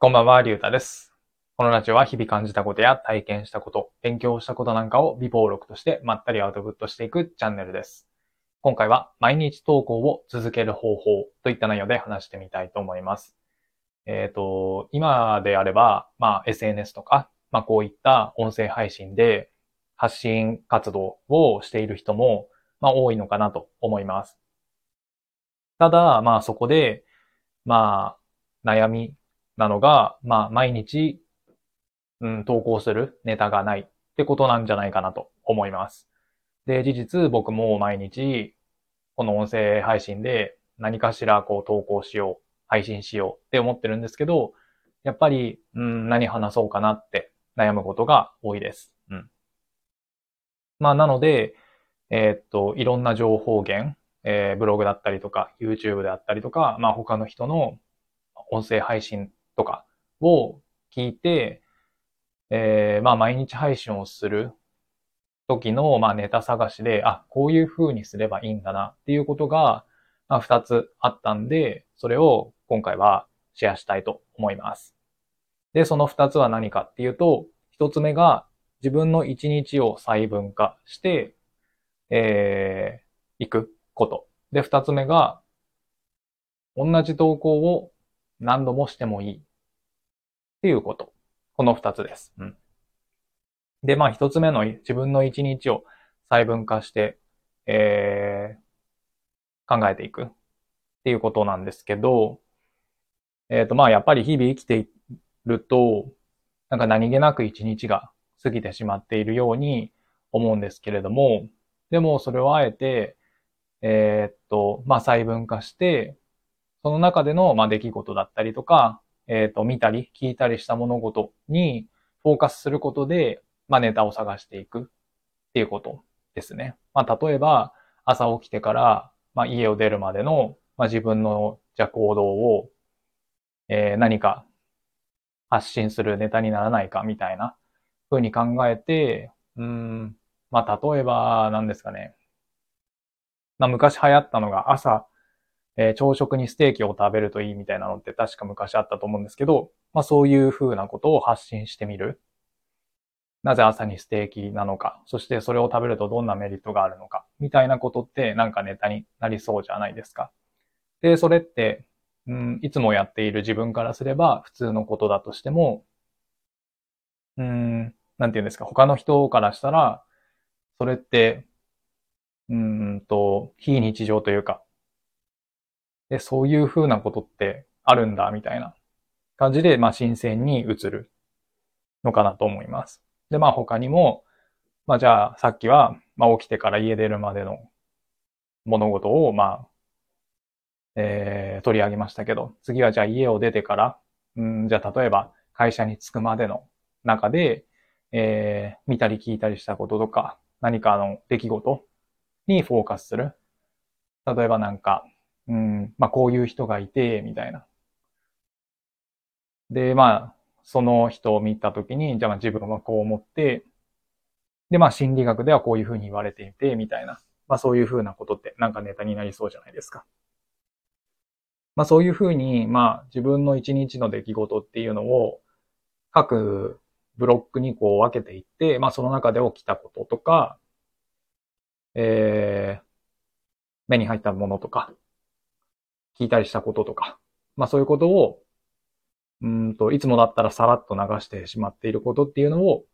こんばんは、りゅうたです。このラジオは日々感じたことや体験したこと、勉強したことなんかを微暴録としてまったりアウトプットしていくチャンネルです。今回は毎日投稿を続ける方法といった内容で話してみたいと思います。今であれば、SNS とか、こういった音声配信で発信活動をしている人も、多いのかなと思います。ただ、そこで、悩みなのが、毎日投稿するネタがないってことなんじゃないかなと思います。で、事実僕も毎日この音声配信で何かしらこう投稿しよう、配信しようって思ってるんですけど、やっぱり、何話そうかなって悩むことが多いです。なので、いろんな情報源、ブログだったりとか、YouTube であったりとか、他の人の音声配信とかを聞いて、毎日配信をする時の、ネタ探しで、こういう風にすればいいんだなっていうことが、二つあったんで、それを今回はシェアしたいと思います。で、その二つは何かっていうと、一つ目が自分の一日を細分化して、いくこと。で、二つ目が、同じ投稿を何度もしてもいいっていうこと。この二つです。で、一つ目の自分の一日を細分化して、考えていくっていうことなんですけど、やっぱり日々生きていると、なんか何気なく一日が過ぎてしまっているように思うんですけれども、でもそれをあえて、細分化して、その中での、出来事だったりとか、見たり聞いたりした物事にフォーカスすることで、ネタを探していくっていうことですね。例えば、朝起きてから、家を出るまでの、自分の、じゃ行動を、何か発信するネタにならないかみたいな風に考えて、例えば、何ですかね。昔流行ったのが朝、朝食にステーキを食べるといいみたいなのって確か昔あったと思うんですけど、そういう風なことを発信してみる。なぜ朝にステーキなのか、そしてそれを食べるとどんなメリットがあるのか、みたいなことってなんかネタになりそうじゃないですか。で、それって、いつもやっている自分からすれば普通のことだとしても、なんていうんですか、他の人からしたら、それって、非日常というか、そういう風なことってあるんだ、みたいな感じで、新鮮に映るのかなと思います。で、他にも、じゃあ、さっきは、起きてから家出るまでの物事を、取り上げましたけど、次はじゃあ家を出てから、じゃあ例えば会社に着くまでの中で、見たり聞いたりしたこととか、何かの出来事にフォーカスする。例えばなんか、こういう人がいて、みたいな。で、その人を見たときに、じゃあ自分はこう思って、で、心理学ではこういうふうに言われていて、みたいな。そういうふうなことってなんかネタになりそうじゃないですか。そういうふうに、自分の一日の出来事っていうのを各ブロックにこう分けていって、その中で起きたこととか、えー、目に入ったものとか、聞いたりしたこととか、そういうことを、いつもだったらさらっと流してしまっていることっていうのを、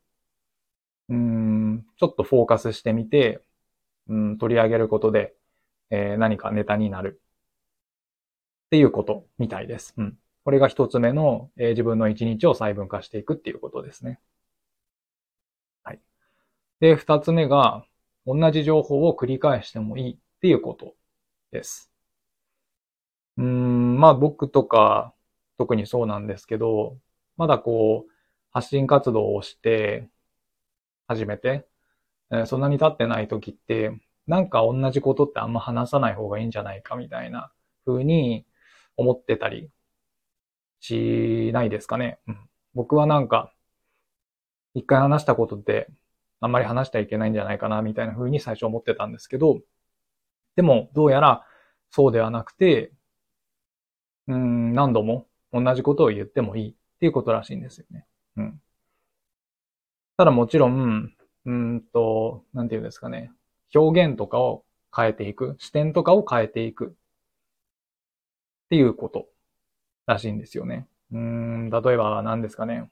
ちょっとフォーカスしてみて、取り上げることで、何かネタになるっていうことみたいです。これが一つ目の、自分の一日を細分化していくっていうことですね。はい。で、二つ目が、同じ情報を繰り返してもいいっていうことです。僕とか、特にそうなんですけど、まだこう、発信活動をして、始めて、そんなに経ってない時って、なんか同じことってあんま話さない方がいいんじゃないかみたいな風に思ってたりしないですかね。僕はなんか、一回話したことってあんまり話してはいけないんじゃないかなみたいな風に最初思ってたんですけど、でもどうやらそうではなくて、何度も同じことを言ってもいい。 っていうことらしいんですよね。うん。ただもちろん、なんていうんですかね。表現とかを変えていく、視点とかを変えていくっていうことらしいんですよね。例えば何ですかね。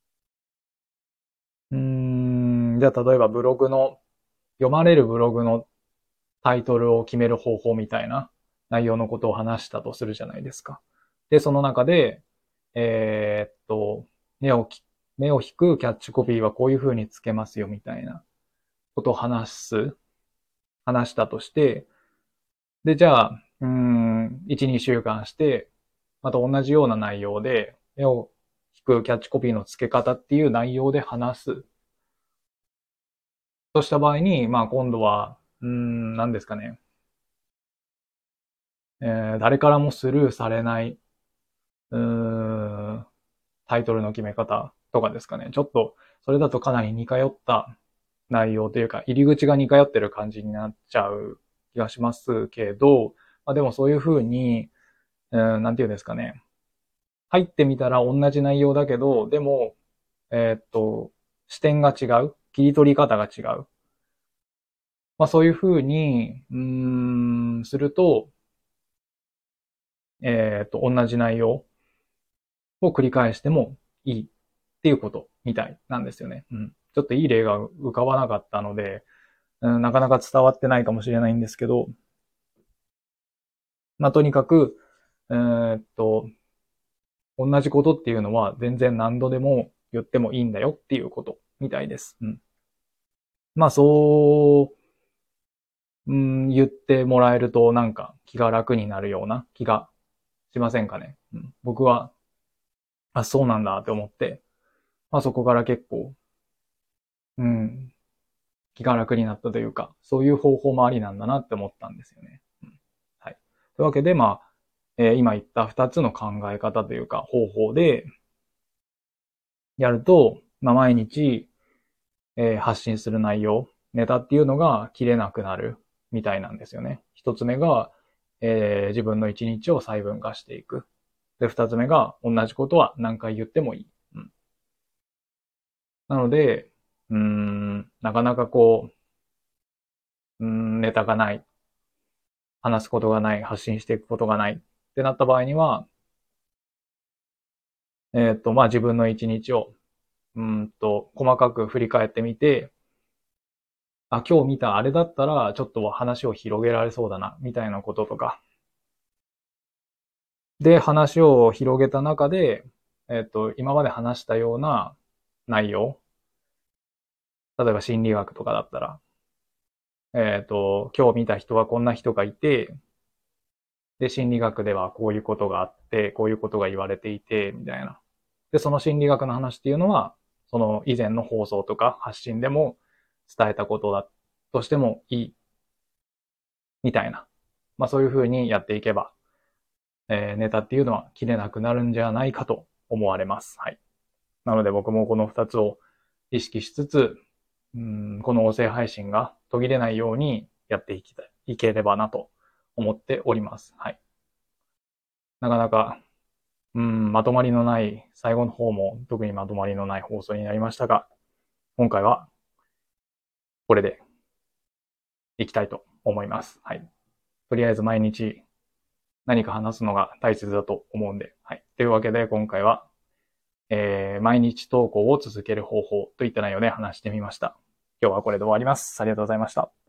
じゃあ例えばブログの、読まれるブログのタイトルを決める方法みたいな内容のことを話したとするじゃないですか。で、その中で、えーっと、目をき、目を引くキャッチコピーはこういう風につけますよみたいなことを話したとして、で、じゃあ、1、2週間して、また同じような内容で、目を引くキャッチコピーの付け方っていう内容で話す。とした場合に、まあ今度は、何ですかね。誰からもスルーされない、うーん、タイトルの決め方とかですかね。ちょっと、それだとかなり似通った内容というか、入り口が似通ってる感じになっちゃう気がしますけど、まあでもそういうふうに、なんていうんですかね。入ってみたら同じ内容だけど、でも、視点が違う。切り取り方が違う。まあそういうふうに、すると、同じ内容を繰り返してもいいっていうことみたいなんですよね。うん。ちょっといい例が浮かばなかったので、なかなか伝わってないかもしれないんですけど、まあとにかく、えーっと、同じことっていうのは全然何度でも言ってもいいんだよっていうことみたいです。うん。まあそう、言ってもらえるとなんか気が楽になるような気がしませんかね。うん、僕は、あ、そうなんだって思って、まあそこから結構、うん、気が楽になったというか、そういう方法もありなんだなって思ったんですよね。うん、はい。というわけで、まあ、今言った二つの考え方というか方法でやると、まあ毎日、発信する内容、ネタっていうのが切れなくなるみたいなんですよね。一つ目が、自分の一日を細分化していく。で、二つ目が、同じことは何回言ってもいい。うん、なので、なかなかこう、ネタがない、話すことがない、発信していくことがないってなった場合には、まあ自分の一日を、細かく振り返ってみて、あ、今日見たあれだったら、ちょっと話を広げられそうだな、みたいなこととか。で、話を広げた中で、今まで話したような内容、例えば心理学とかだったら、今日見た人はこんな人がいて、で、心理学ではこういうことがあって、こういうことが言われていて、みたいな。で、その心理学の話っていうのは、その以前の放送とか発信でも伝えたことだとしてもいい、みたいな。まあそういうふうにやっていけば、ネタっていうのは切れなくなるんじゃないかと思われます。はい。なので僕もこの二つを意識しつつ、この音声配信が途切れないようにやっていければなと思っております。はい。なかなか、まとまりのない、最後の方も特にまとまりのない放送になりましたが、今回はこれでいきたいと思います。はい。とりあえず毎日何か話すのが大切だと思うんで、はい。というわけで今回は、毎日投稿を続ける方法といった内容で話してみました。今日はこれで終わります。ありがとうございました。